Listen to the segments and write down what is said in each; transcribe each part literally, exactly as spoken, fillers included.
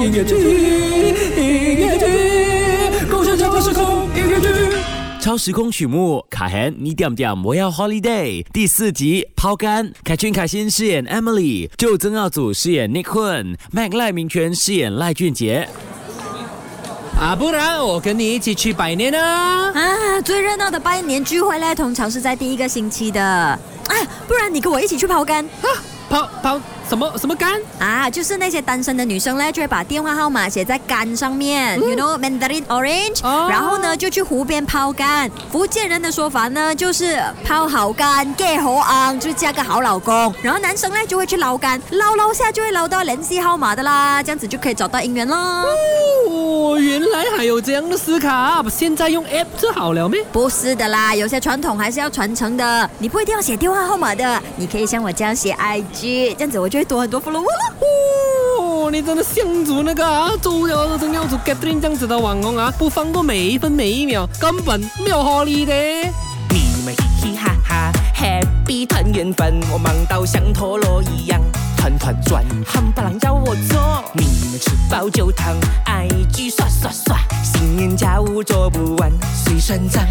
音乐剧，音乐剧，共享超时空音乐剧。 超时空曲目，卡涵你点点我要 Holiday 第四集抛竿，凯俊凯欣饰演 Emily， 就曾耀祖饰演 Nick Hun， Mac 赖明权饰演赖俊杰。 啊，不然我跟你一起去拜年啊！ 啊，最热闹的拜年聚会呢，通常是在第一个星期的。啊，不然你跟我一起去抛竿啊？抛抛什么什么竿啊？就是那些单身的女生呢，就会把电话号码写在竿上面、嗯、，you know Mandarin Orange，、哦、然后呢就去湖边抛竿。福建人的说法呢，就是抛好竿，给好昂，就是嫁个好老公。然后男生呢就会去捞竿，捞捞下就会捞到联系号码的啦，这样子就可以找到姻缘咯。 哦，原来还有这样的思考，现在用 app 就好了咩？ 不是的啦，有些传统还是要传承的。你不一定要写电话号码的，你可以像我这样写 I G， 这样子我就会多很多 follower 了。 哦，你真的像足那个啊，周耀曾耀祖 Catherine 这样子的网红啊，不放过每一分每一秒，根本没有活力的。 你们嘻嘻哈哈 ，Happy 团圆饭，我忙到像陀螺一样，团团转，夯不啷要我做。你们吃饱就躺 ，I G 刷刷刷，新年家务做不完，水算账。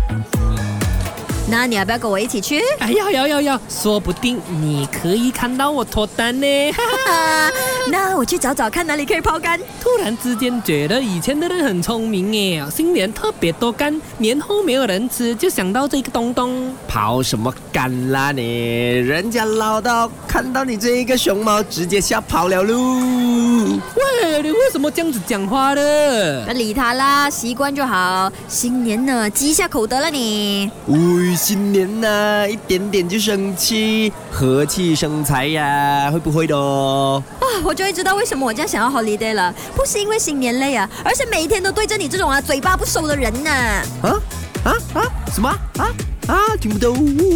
那你要不要跟我一起去？ 哎呀，要要要，说不定你可以看到我脱单呢。 那我去找找看哪里可以抛竿。 突然之间觉得以前的人很聪明耶，新年特别多竿，年后没有人吃，就想到这个东东。 抛什么竿啦你？人家老到看到你这个熊猫，直接吓跑了喽。 喂，你为什么这样子讲话的？ 不理他啦，习惯就好。新年呢，积下口德了你。 喂，新年呐、啊，一点点就生气，和气生财呀，会不会的哦？ 啊，我终于知道为什么我这样想要 holiday 了，不是因为新年累啊，而是每一天都对着你这种啊嘴巴不收的人呐、啊。 啊啊啊！什么啊啊？听不懂。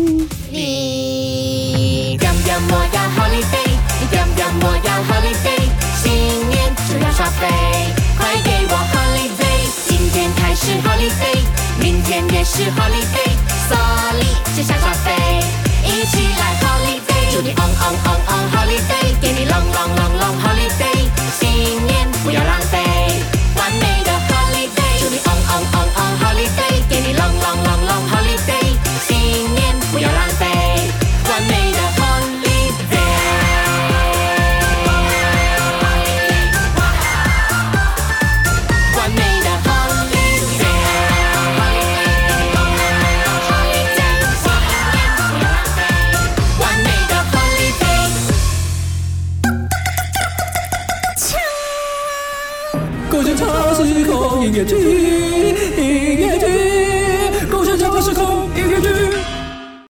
你点点我要 holiday， 你点点我要 holiday， 新年就要耍飞，快给我 holiday， 今天开始 holiday， 明天也是 holiday， 所以就想耍飞，一起来 holiday， 祝你 on on on on holiday， 给你 long long long long holiday， 新年不要浪费，完美的 holiday， 祝你 on on on on holiday， 给你 long long long long holiday， 新年不要浪费，完美的 holiday， 完美的 holiday， 完美的 holiday。 共享超时空音乐剧。